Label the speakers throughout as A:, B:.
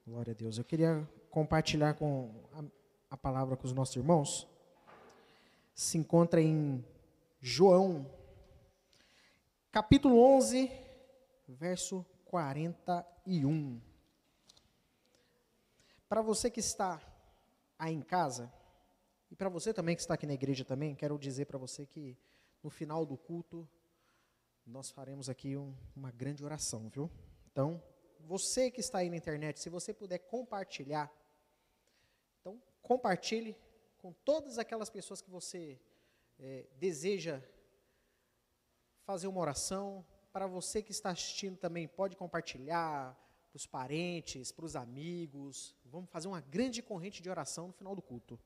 A: Glória a Deus. Eu queria compartilhar a palavra com os nossos irmãos. Se encontra em João, capítulo 11, verso 41. Para você que está aí em casa, e para você também que está aqui na igreja também, quero dizer para você que no final do culto, nós faremos aqui uma grande oração, viu? Então, você que está aí na internet, se você puder compartilhar, então compartilhe com todas aquelas pessoas que você deseja fazer uma oração. Para você que está assistindo também, pode compartilhar para os parentes, para os amigos. Vamos fazer uma grande corrente de oração no final do culto.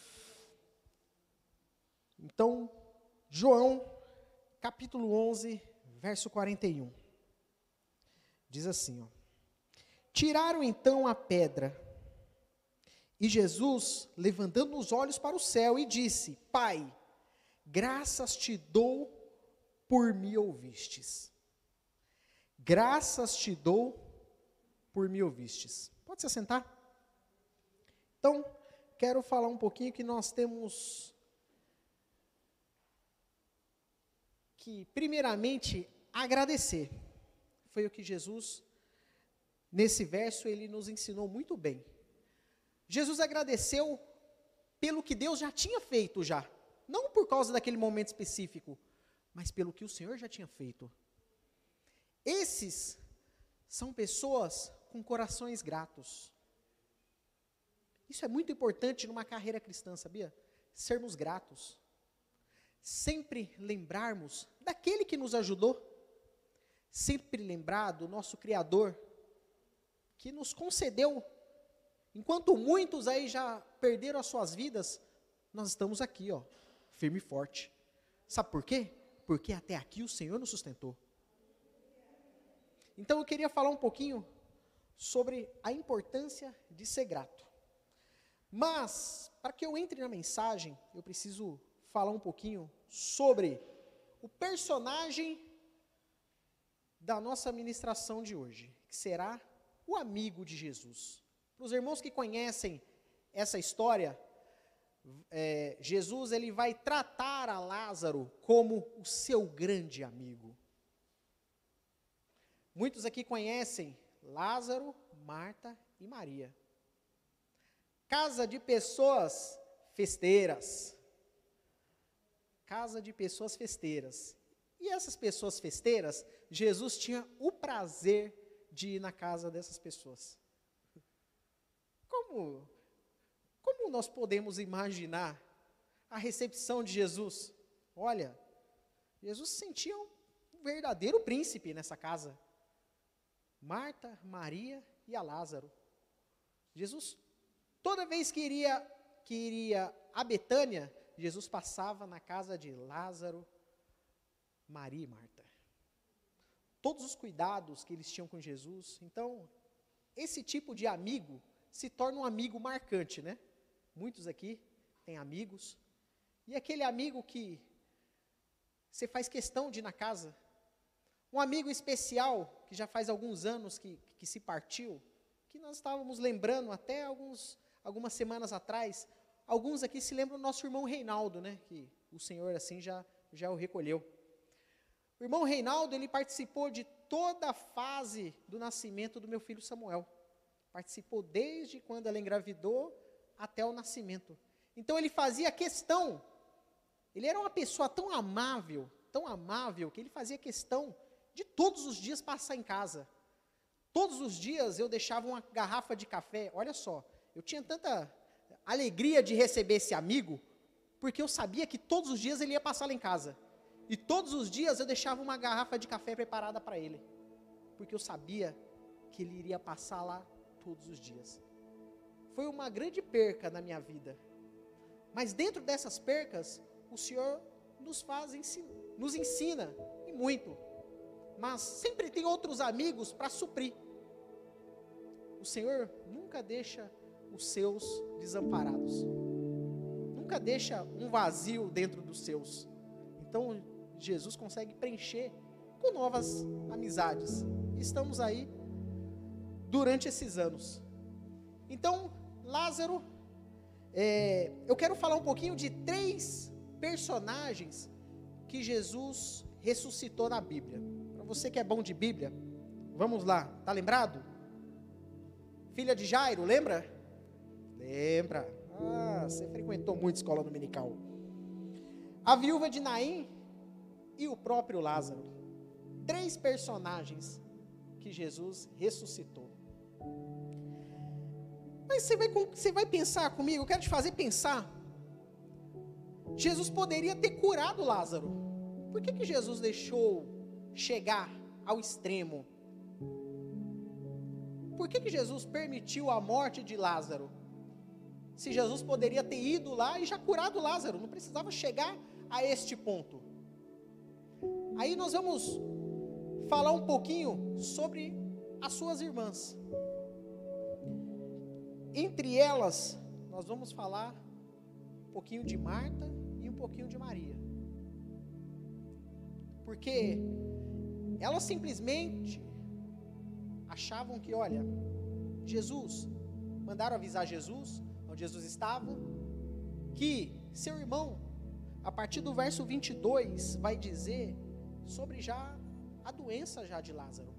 A: Então, João, capítulo 11, verso 41. Diz assim, ó. Tiraram então a pedra, e Jesus, levantando os olhos para o céu, e disse: Pai, graças te dou por me ouvistes. Graças te dou por me ouvistes. Pode se assentar? Então, quero falar um pouquinho que nós temos que, primeiramente, agradecer. Foi o que Jesus, nesse verso, ele nos ensinou muito bem. Jesus agradeceu pelo que Deus já tinha feito já. Não por causa daquele momento específico, mas pelo que o Senhor já tinha feito. Esses são pessoas com corações gratos. Isso é muito importante numa carreira cristã, sabia? Sermos gratos. Sempre lembrarmos daquele que nos ajudou. Sempre lembrar do nosso Criador, que nos concedeu. Enquanto muitos aí já perderam as suas vidas, nós estamos aqui, ó, firme e forte. Sabe por quê? Porque até aqui o Senhor nos sustentou. Então eu queria falar um pouquinho sobre a importância de ser grato. Mas, para que eu entre na mensagem, eu preciso falar um pouquinho sobre o personagem da nossa ministração de hoje, que será o amigo de Jesus. Para os irmãos que conhecem essa história, Jesus ele vai tratar a Lázaro como o seu grande amigo. Muitos aqui conhecem Lázaro, Marta e Maria. Casa de pessoas festeiras. Casa de pessoas festeiras. E essas pessoas festeiras, Jesus tinha o prazer de ir na casa dessas pessoas. Como nós podemos imaginar a recepção de Jesus? Olha, Jesus se sentia um verdadeiro príncipe nessa casa. Marta, Maria e a Lázaro. Jesus, toda vez que iria a Betânia, Jesus passava na casa de Lázaro, Maria e Marta. Todos os cuidados que eles tinham com Jesus. Então, esse tipo de amigo se torna um amigo marcante, né? Muitos aqui têm amigos. E aquele amigo que você faz questão de ir na casa. Um amigo especial, que já faz alguns anos que se partiu, que nós estávamos lembrando até algumas semanas atrás. Alguns aqui se lembram do nosso irmão Reinaldo, né? Que o Senhor assim já o recolheu. O irmão Reinaldo, ele participou de toda a fase do nascimento do meu filho Samuel. Participou desde quando ela engravidou até o nascimento. Então ele fazia questão, ele era uma pessoa tão amável, que ele fazia questão de todos os dias passar em casa. Todos os dias eu deixava uma garrafa de café. Olha só, eu tinha tanta alegria de receber esse amigo, porque eu sabia que todos os dias ele ia passar lá em casa. E todos os dias eu deixava uma garrafa de café preparada para ele, porque eu sabia que ele iria passar lá todos os dias. Foi uma grande perca na minha vida. Mas dentro dessas percas, o Senhor nos ensina, e muito. Mas sempre tem outros amigos para suprir. O Senhor nunca deixa os seus desamparados. Nunca deixa um vazio dentro dos seus. Então, Jesus consegue preencher com novas amizades. Estamos aí durante esses anos. Então, Lázaro, eu quero falar um pouquinho de 3 personagens que Jesus ressuscitou na Bíblia. Para você que é bom de Bíblia, vamos lá, tá lembrado? Filha de Jairo, lembra? Lembra? Você frequentou muito escola dominical. A viúva de Naim e o próprio Lázaro. 3 personagens que Jesus ressuscitou. Mas você vai pensar comigo, eu quero te fazer pensar. Jesus poderia ter curado Lázaro. Por que Jesus deixou chegar ao extremo? Por que Jesus permitiu a morte de Lázaro? Se Jesus poderia ter ido lá e já curado Lázaro, não precisava chegar a este ponto. Aí nós vamos falar um pouquinho sobre as suas irmãs. Entre elas, nós vamos falar um pouquinho de Marta e um pouquinho de Maria. Porque elas simplesmente achavam que, olha, Jesus, mandaram avisar Jesus, onde Jesus estava, que seu irmão, a partir do verso 22, vai dizer sobre já a doença já de Lázaro.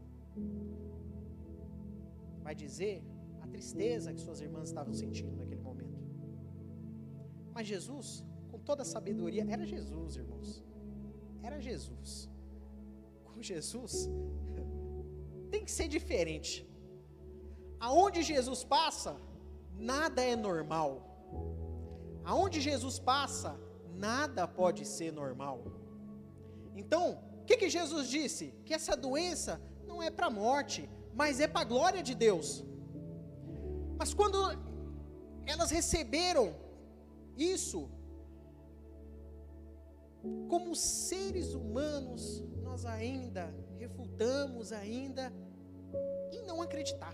A: Vai dizer a tristeza que suas irmãs estavam sentindo naquele momento. Mas Jesus, com toda a sabedoria, era Jesus, irmãos. Era Jesus. Com Jesus, tem que ser diferente. Aonde Jesus passa, nada é normal. Aonde Jesus passa, nada pode ser normal. Então, o que Jesus disse? Que essa doença não é para a morte, mas é para a glória de Deus. Mas quando elas receberam isso, como seres humanos, nós ainda refutamos ainda em não acreditar.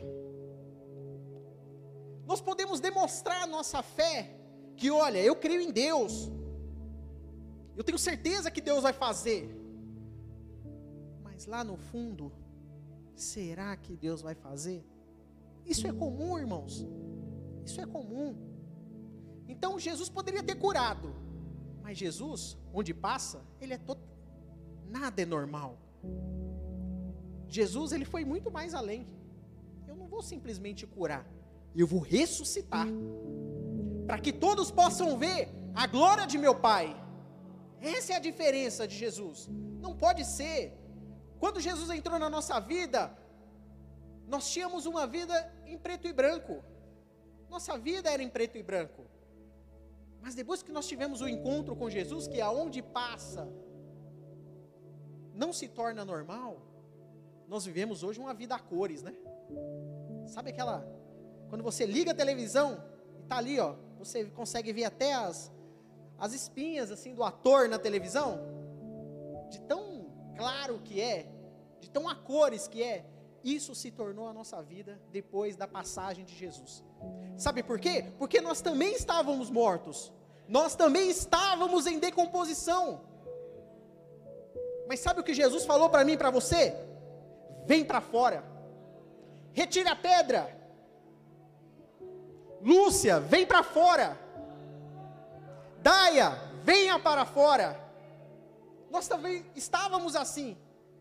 A: Nós podemos demonstrar a nossa fé, que olha, eu creio em Deus, eu tenho certeza que Deus vai fazer, mas lá no fundo, será que Deus vai fazer? Isso é comum, irmãos, isso é comum. Então Jesus poderia ter curado, mas Jesus, onde passa, ele é nada é normal. Jesus, ele foi muito mais além. Eu não vou simplesmente curar, eu vou ressuscitar, para que todos possam ver a glória de meu Pai. Essa é a diferença de Jesus. Não pode ser. Quando Jesus entrou na nossa vida, nós tínhamos uma vida em preto e branco. Nossa vida era em preto e branco. Mas depois que nós tivemos o encontro com Jesus, que aonde passa não se torna normal, nós vivemos hoje uma vida a cores, né? Sabe aquela, quando você liga a televisão e está ali, ó, você consegue ver até as espinhas assim do ator na televisão, de tão claro que é, de tão a cores que é. Isso se tornou a nossa vida depois da passagem de Jesus. Sabe por quê? Porque nós também estávamos mortos, nós também estávamos em decomposição. Mas sabe o que Jesus falou para mim e para você? Vem para fora, retire a pedra. Lúcia, vem para fora. Daia, venha para fora. Nós também estávamos assim,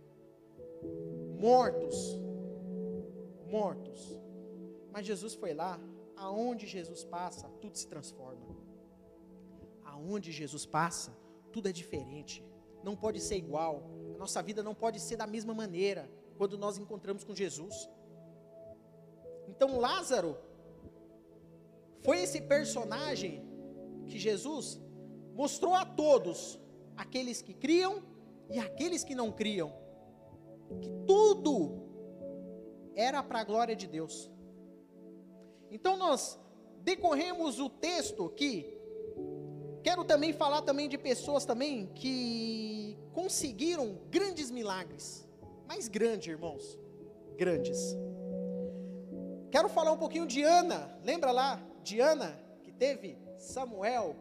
A: mortos. Mas Jesus foi lá. Aonde Jesus passa, tudo se transforma. Aonde Jesus passa, tudo é diferente. Não pode ser igual. A nossa vida não pode ser da mesma maneira quando nós encontramos com Jesus. Então Lázaro foi esse personagem que Jesus mostrou a todos, aqueles que criam e aqueles que não criam, que tudo era para a glória de Deus. Então nós decorremos o texto que quero também falar também de pessoas também que conseguiram grandes milagres, mas grandes, irmãos, grandes. Quero falar um pouquinho de Ana. Lembra lá de Ana que teve Samuel?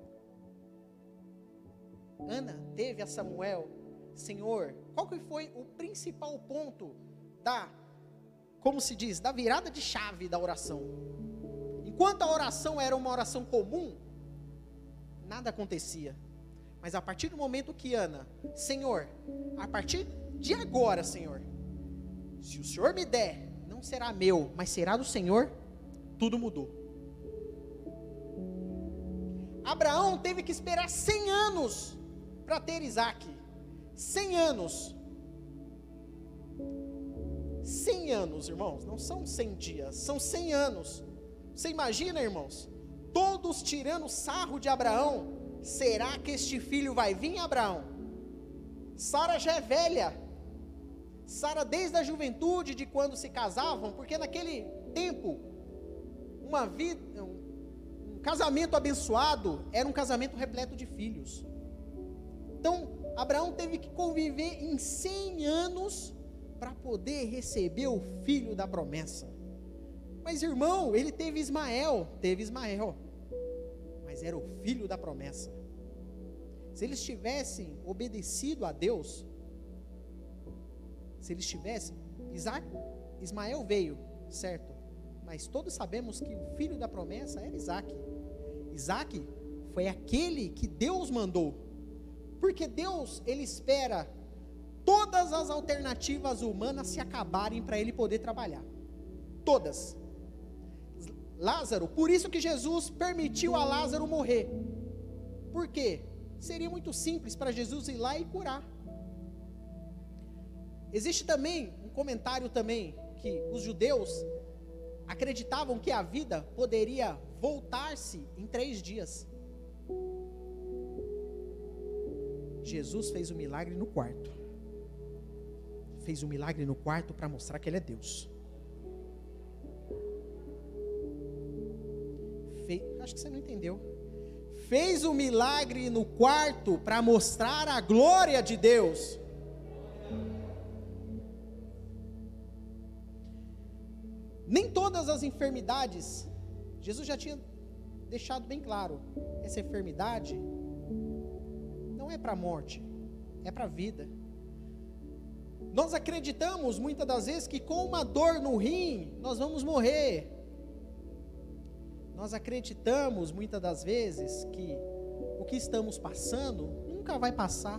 A: Ana teve a Samuel. Senhor, qual que foi o principal ponto da, como se diz, da virada de chave da oração? Enquanto a oração era uma oração comum, nada acontecia. Mas a partir do momento que Ana, Senhor, a partir de agora, Senhor, se o Senhor me der, não será meu, mas será do Senhor, tudo mudou. Abraão teve que esperar 100 anos para ter Isaac. 100 anos. 100 anos, irmãos, não são 100 dias, são 100 anos. Você imagina, irmãos, todos tirando sarro de Abraão. Será que este filho vai vir, Abraão? Sara já é velha. Sara desde a juventude, de quando se casavam, porque naquele tempo, um casamento abençoado era um casamento repleto de filhos. Então, Abraão teve que conviver em 100 anos para poder receber o filho da promessa. Mas, irmão, ele teve Ismael, mas era o filho da promessa. Se eles tivessem obedecido a Deus, Ismael veio, certo? Mas todos sabemos que o filho da promessa era Isaac. Isaac foi aquele que Deus mandou. Porque Deus, ele espera todas as alternativas humanas se acabarem para ele poder trabalhar. Todas. Lázaro, por isso que Jesus permitiu a Lázaro morrer. Por quê? Seria muito simples para Jesus ir lá e curar. Existe também um comentário também, que os judeus acreditavam que a vida poderia voltar-se em 3 dias. Jesus fez o milagre no quarto. Fez o milagre no quarto para mostrar que ele é Deus. Acho que você não entendeu. Fez o milagre no quarto para mostrar a glória de Deus. Nem todas as enfermidades, Jesus já tinha deixado bem claro, essa enfermidade não é para a morte, é para a vida. Nós acreditamos muitas das vezes que com uma dor no rim nós vamos morrer. Nós acreditamos muitas das vezes que o que estamos passando nunca vai passar.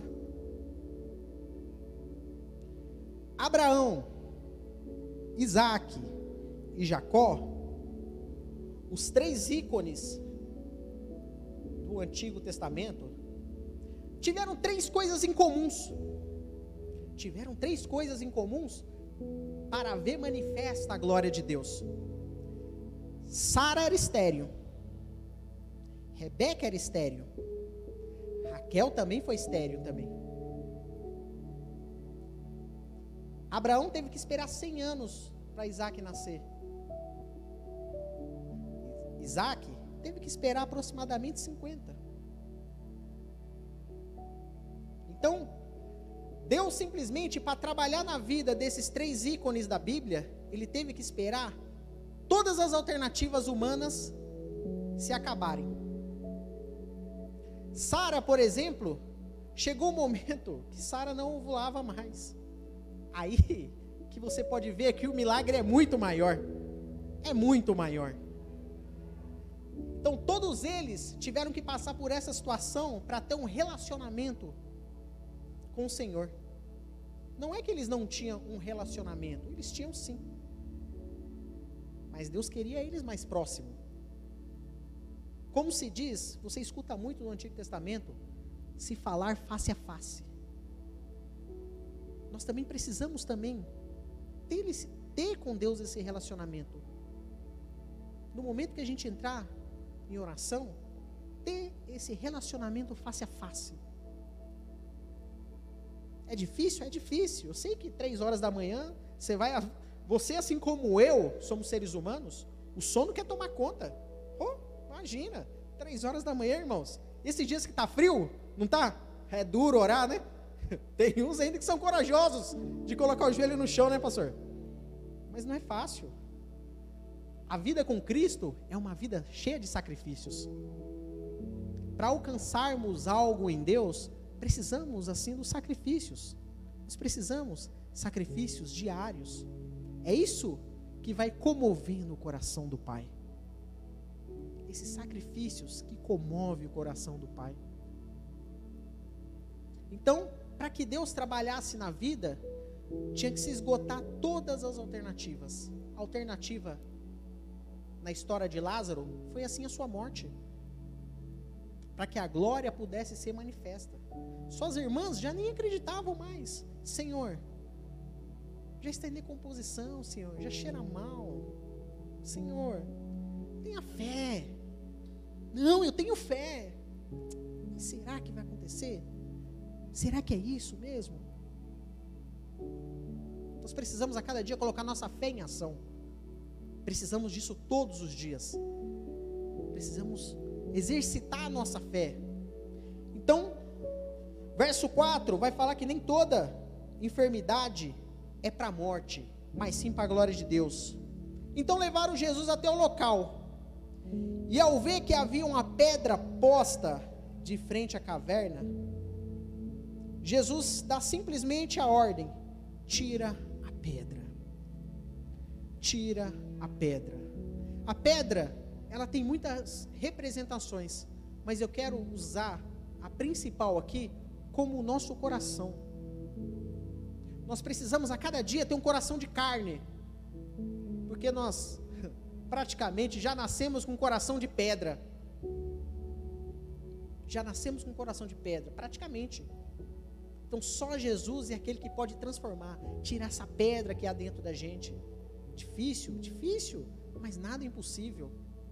A: Abraão, Isaac e Jacó, os 3 ícones do Antigo Testamento, tiveram 3 coisas em comuns. Tiveram 3 coisas em comuns para ver manifesta a glória de Deus. Sara era estéril, Rebeca era estéril, Raquel também foi estéril também. Abraão teve que esperar 100 anos para Isaac nascer. Isaac teve que esperar aproximadamente 50. Então, Deus simplesmente, para trabalhar na vida desses 3 ícones da Bíblia, ele teve que esperar todas as alternativas humanas se acabarem. Sara, por exemplo, chegou um momento que Sara não ovulava mais. Aí que você pode ver que o milagre é muito maior. É muito maior. Então todos eles tiveram que passar por essa situação para ter um relacionamento com o Senhor. Não é que eles não tinham um relacionamento, eles tinham sim. Mas Deus queria eles mais próximo. Como se diz, você escuta muito no Antigo Testamento, se falar face a face. Nós também precisamos também ter com Deus esse relacionamento. No momento que a gente entrar em oração, ter esse relacionamento face a face. É difícil? É difícil. Eu sei que 3 horas da manhã, você assim como eu, somos seres humanos, o sono quer tomar conta. Imagina, 3 horas da manhã, irmãos. Esses dias que está frio, não está? É duro orar, né? Tem uns ainda que são corajosos de colocar o joelho no chão, né, pastor? Mas não é fácil. A vida com Cristo é uma vida cheia de sacrifícios. Para alcançarmos algo em Deus, precisamos assim dos sacrifícios. Nós precisamos sacrifícios diários. É isso que vai comover no coração do Pai. esses sacrifícios que comovem o coração do Pai. Então, para que Deus trabalhasse na vida, tinha que se esgotar todas as alternativas. A alternativa na história de Lázaro foi assim a sua morte, para que a glória pudesse ser manifesta. Suas irmãs já nem acreditavam mais. Senhor, já está em decomposição, Senhor, já cheira mal. Senhor, tenha fé. Não, eu tenho fé. Mas será que vai acontecer? Será que é isso mesmo? Nós precisamos a cada dia colocar nossa fé em ação. Precisamos disso todos os dias. Precisamos exercitar a nossa fé. Então, verso 4 vai falar que nem toda enfermidade é para a morte, mas sim para a glória de Deus. Então levaram Jesus até o local, e ao ver que havia uma pedra posta de frente à caverna, Jesus dá simplesmente a ordem: tira a pedra. Tira a pedra. A pedra, ela tem muitas representações, mas eu quero usar a principal aqui como o nosso coração. Nós precisamos a cada dia ter um coração de carne, porque nós praticamente já nascemos com um coração de pedra. Já nascemos com um coração de pedra, praticamente. Então só Jesus é aquele que pode transformar, tirar essa pedra que há dentro da gente. Difícil, mas nada é impossível.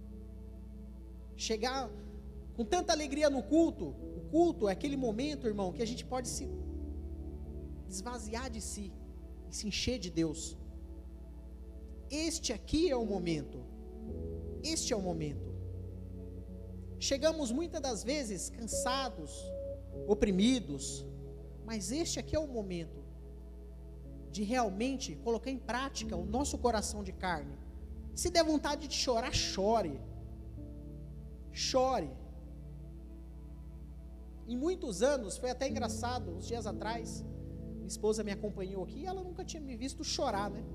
A: Chegar com tanta alegria no culto. O culto é aquele momento, irmão, que a gente pode se esvaziar de si e se encher de Deus. Este aqui é o momento. Este é o momento. Chegamos muitas das vezes cansados, oprimidos, mas este aqui é o momento de realmente colocar em prática o nosso coração de carne. Se der vontade de chorar, chore. Chore. Em muitos anos, foi até engraçado, uns dias atrás, minha esposa me acompanhou aqui e ela nunca tinha me visto chorar, né?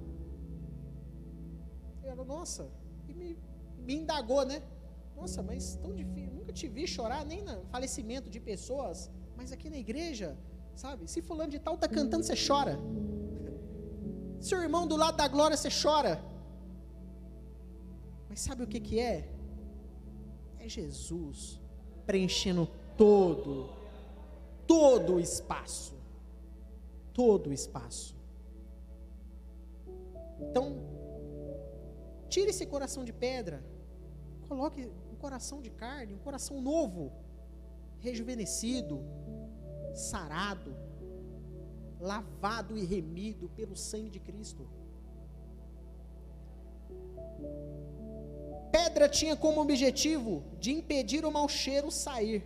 A: Ela, nossa, e me indagou, né? Nossa, mas tão difícil, nunca te vi chorar, nem no falecimento de pessoas, mas aqui na igreja, sabe? Se fulano de tal está cantando, você chora. Seu irmão do lado da glória, você chora. Mas sabe o que é? É Jesus preenchendo todo o espaço. Todo o espaço. Então, tire esse coração de pedra, coloque um coração de carne, um coração novo, rejuvenescido, sarado, lavado e remido pelo sangue de Cristo. Pedra tinha como objetivo de impedir o mau cheiro sair.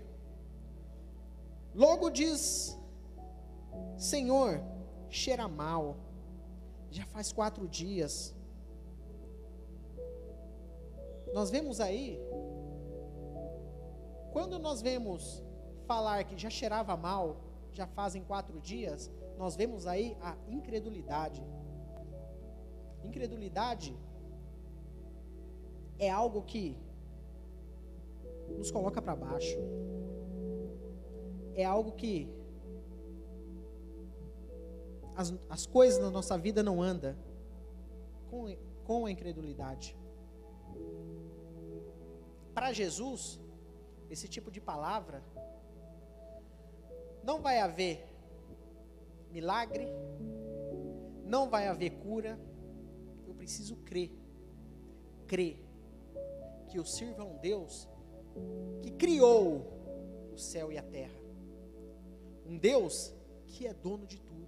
A: Logo diz: Senhor, cheira mal, já faz 4 dias. Nós vemos aí, quando nós vemos falar que já cheirava mal, já fazem 4 dias, nós vemos aí a incredulidade. Incredulidade é algo que nos coloca para baixo. É algo que as coisas na nossa vida não andam com a incredulidade. Para Jesus, esse tipo de palavra, não vai haver milagre, não vai haver cura. Eu preciso crer que eu sirvo a um Deus que criou o céu e a terra, um Deus que é dono de tudo.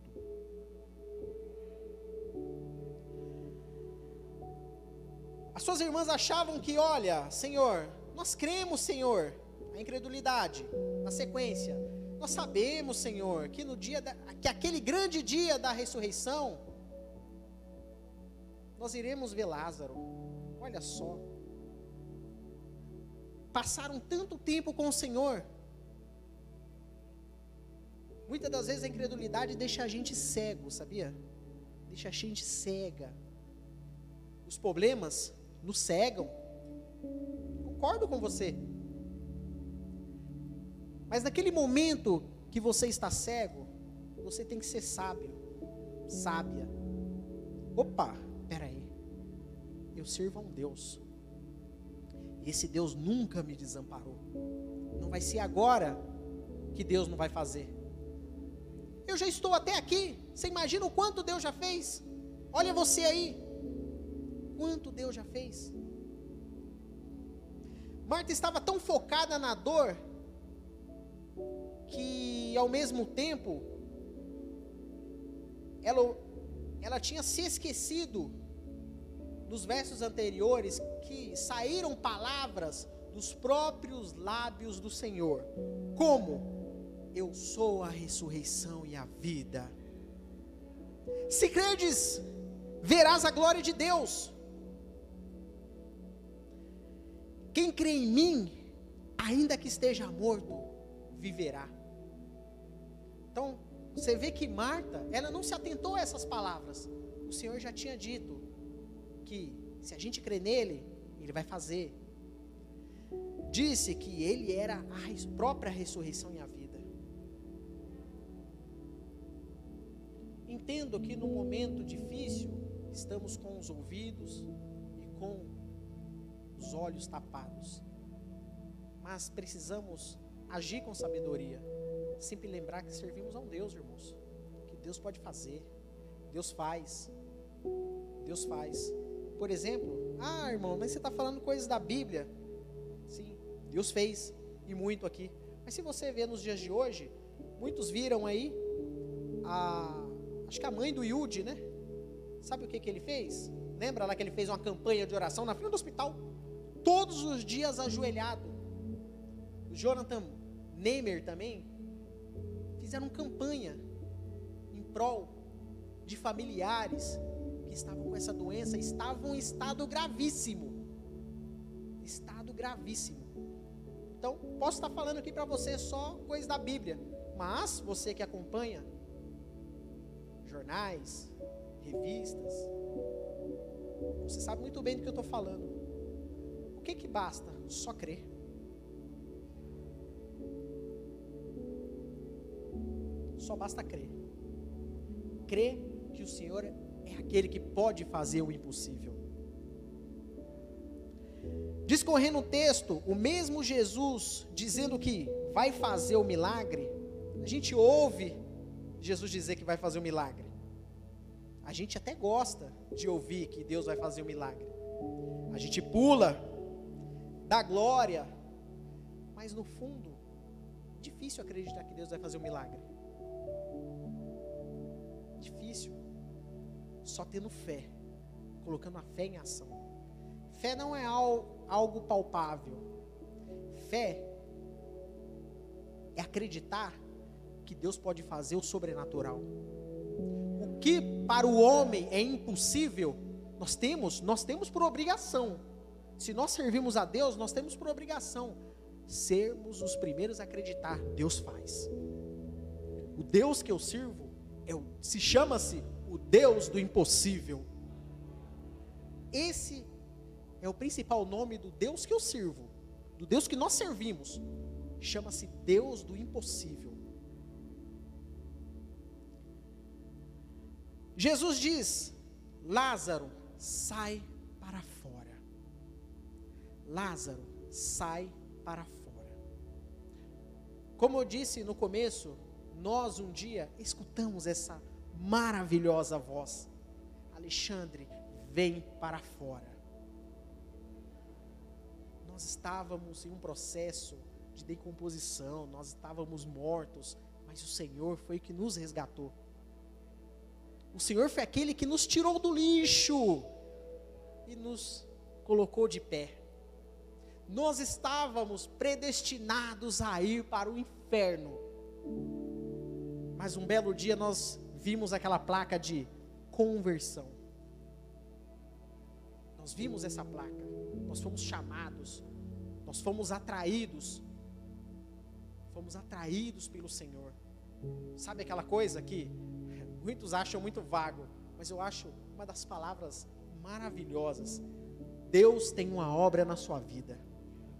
A: As suas irmãs achavam que, olha, Senhor, nós cremos, Senhor, a incredulidade, na sequência, nós sabemos, Senhor, que que aquele grande dia da ressurreição, nós iremos ver Lázaro. Olha só, passaram tanto tempo com o Senhor. Muitas das vezes a incredulidade deixa a gente cego, sabia? Deixa a gente cega. Os problemas nos cegam. concordo com você. Mas naquele momento que você está cego, você tem que ser sábio, sábia. Opa, peraí, eu sirvo a um Deus. Esse Deus nunca me desamparou. Não vai ser agora que Deus não vai fazer. Eu já estou até aqui. Você imagina o quanto Deus já fez? Olha você aí. Quanto Deus já fez? Marta estava tão focada na dor, que ao mesmo tempo, ela tinha se esquecido dos versos anteriores, que saíram palavras dos próprios lábios do Senhor. Como? Eu sou a ressurreição e a vida. Se credes, verás a glória de Deus. Quem crê em mim, ainda que esteja morto, viverá. Então, você vê que Marta, ela não se atentou a essas palavras. O Senhor já tinha dito que se a gente crê nele, ele vai fazer. Disse que ele era a própria ressurreição e a vida. Entendo que no momento difícil, estamos com os ouvidos e com os olhos tapados. Mas precisamos agir com sabedoria. Sempre lembrar que servimos a um Deus, irmãos. Que Deus pode fazer. Deus faz. Deus faz. Por exemplo, irmão, mas você está falando coisas da Bíblia. Sim, Deus fez. E muito aqui. Mas se você vê nos dias de hoje, muitos viram aí acho que a mãe do Yudi, né? Sabe o que ele fez? Lembra lá que ele fez uma campanha de oração na frente do hospital? Todos os dias ajoelhado. O Jonathan Neymer também fizeram campanha em prol de familiares que estavam com essa doença, estavam em estado gravíssimo. Estado gravíssimo. Então, posso estar falando aqui para você só coisas da Bíblia, mas você que acompanha jornais, revistas, você sabe muito bem do que eu estou falando. O que basta? Só crer. Só basta crer. Crer que o Senhor é aquele que pode fazer o impossível. Discorrendo o texto, o mesmo Jesus dizendo que vai fazer o milagre, a gente ouve Jesus dizer que vai fazer o milagre. A gente até gosta de ouvir que Deus vai fazer o milagre. A gente pula, dá glória, mas no fundo, difícil acreditar que Deus vai fazer o milagre. Difícil. Só tendo fé, colocando a fé em ação. Fé não é algo palpável. Fé é acreditar que Deus pode fazer o sobrenatural. O que para o homem é impossível, nós temos por obrigação. Se nós servimos a Deus, nós temos por obrigação sermos os primeiros a acreditar, Deus faz. O Deus que eu sirvo chama-se o Deus do impossível. Esse é o principal nome do Deus que eu sirvo, do Deus que nós servimos. Chama-se Deus do impossível. Jesus diz: Lázaro, sai para fora. Lázaro, sai para fora. Como eu disse no começo, nós um dia escutamos essa maravilhosa voz: Alexandre, vem para fora. Nós estávamos em um processo de decomposição, nós estávamos mortos, mas o Senhor foi que nos resgatou. O Senhor foi aquele que nos tirou do lixo e nos colocou de pé. Nós estávamos predestinados a ir para o inferno, mas um belo dia nós vimos aquela placa de conversão. Nós vimos essa placa, nós fomos chamados, nós fomos atraídos pelo Senhor. Sabe aquela coisa que muitos acham muito vago, mas eu acho uma das palavras maravilhosas. Deus tem uma obra na sua vida.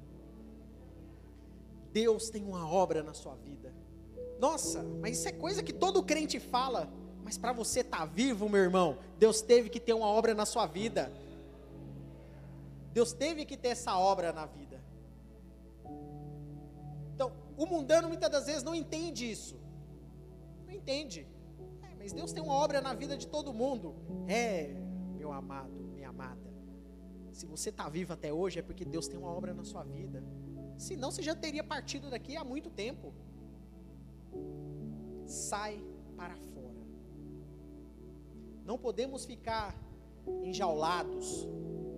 A: Deus tem uma obra na sua vida. Nossa, mas isso é coisa que todo crente fala. Mas para você estar vivo, meu irmão, Deus teve que ter uma obra na sua vida. Deus teve que ter essa obra na vida. Então, o mundano muitas das vezes não entende isso. Não entende. Mas Deus tem uma obra na vida de todo mundo. Meu amado, minha amada. Se você está vivo até hoje, é porque Deus tem uma obra na sua vida. Senão você já teria partido daqui há muito tempo. Sai para fora. Não podemos ficar enjaulados,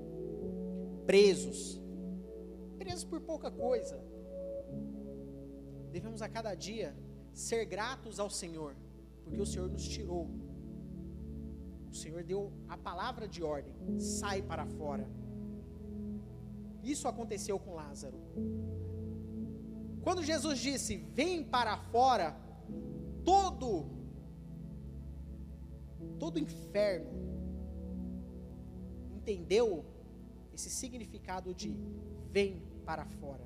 A: presos por pouca coisa. Devemos a cada dia ser gratos ao Senhor, porque o Senhor nos tirou. O Senhor deu a palavra de ordem: sai para fora. Isso aconteceu com Lázaro. Quando Jesus disse: vem para fora, todo inferno entendeu esse significado de vem para fora.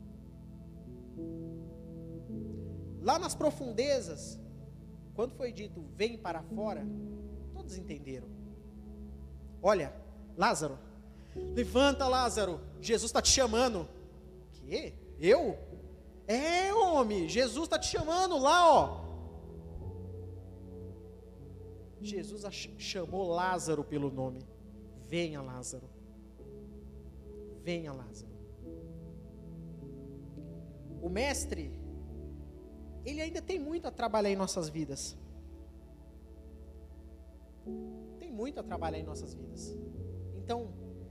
A: Lá nas profundezas, quando foi dito vem para fora, todos entenderam. Olha, Lázaro, levanta, Lázaro, Jesus está te chamando. Que? Eu? Homem, Jesus está te chamando lá, ó. Jesus chamou Lázaro pelo nome. Venha, Lázaro. Venha, Lázaro. O mestre, ele ainda tem muito a trabalhar em nossas vidas. Tem muito a trabalhar em nossas vidas. Então,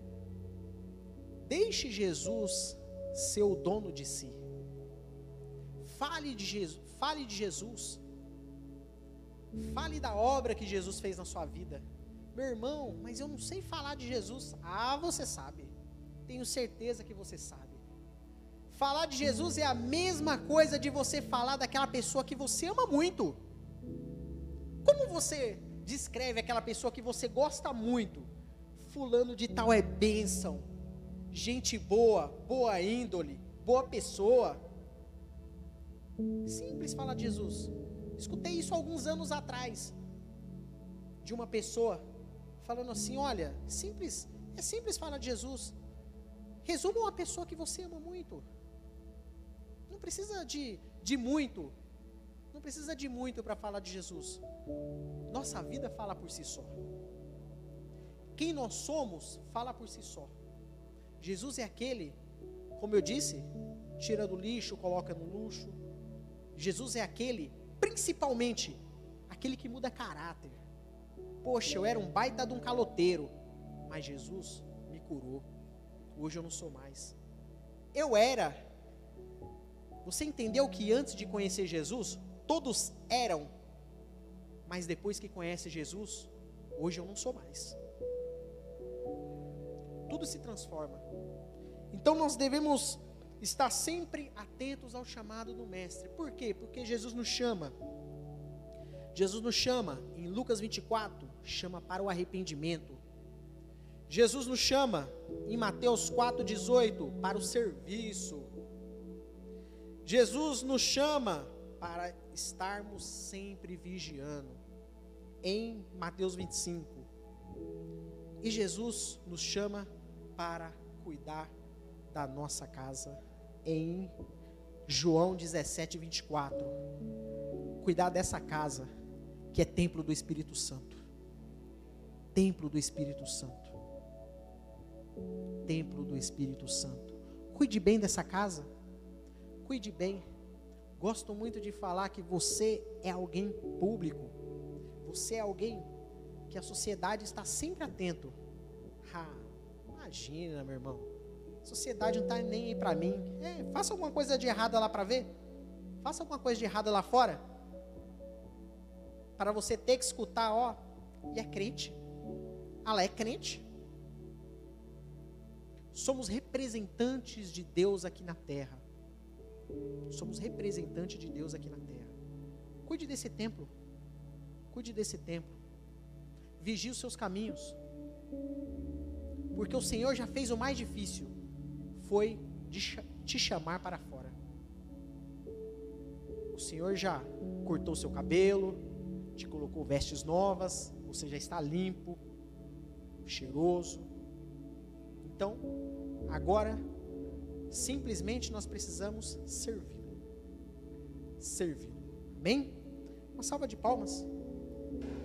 A: deixe Jesus ser o dono de si. Fale de Jesus. Fale de Jesus. Fale da obra que Jesus fez na sua vida. Meu irmão, mas eu não sei falar de Jesus. Você sabe. Tenho certeza que você sabe. Falar de Jesus é a mesma coisa de você falar daquela pessoa que você ama muito. Como você descreve aquela pessoa que você gosta muito? Fulano de tal é bênção, gente boa, boa índole, boa pessoa. Simples falar de Jesus. Escutei isso alguns anos atrás, de uma pessoa falando assim: olha, é simples falar de Jesus. Resuma uma pessoa que você ama muito. Não precisa de muito. Não precisa de muito para falar de Jesus. Nossa vida fala por si só. Quem nós somos fala por si só. Jesus é aquele, como eu disse, tira do lixo, coloca no luxo. Jesus é aquele, principalmente, aquele que muda caráter. Poxa, eu era um baita de um caloteiro, mas Jesus me curou. Hoje eu não sou mais. Você entendeu que antes de conhecer Jesus, todos eram, mas depois que conhece Jesus, hoje eu não sou mais. Tudo se transforma. Então nós devemos estar sempre atentos ao chamado do Mestre. Por quê? Porque Jesus nos chama. Jesus nos chama, em Lucas 24, chama para o arrependimento. Jesus nos chama, em Mateus 4,18, para o serviço. Jesus nos chama para estarmos sempre vigiando, em Mateus 25. E Jesus nos chama para cuidar da nossa casa, em João 17:24. Cuidar dessa casa, que é templo do Espírito Santo. Templo do Espírito Santo. Templo do Espírito Santo. Cuide bem dessa casa. Cuide bem. Gosto muito de falar que você é alguém público. Você é alguém que a sociedade está sempre atento. Imagina, meu irmão. A sociedade não está nem aí para mim. Faça alguma coisa de errado lá para ver. Faça alguma coisa de errado lá fora. Para você ter que escutar, e é crente. Ela é crente. Somos representantes de Deus aqui na terra. Somos representantes de Deus aqui na terra. Cuide desse templo. Cuide desse templo. Vigie os seus caminhos. Porque o Senhor já fez o mais difícil. Foi de te chamar para fora. o Senhor já cortou seu cabelo, te colocou vestes novas, você já está limpo, cheiroso. Então, agora, simplesmente nós precisamos servi-lo. Servi-lo. Amém? Uma salva de palmas.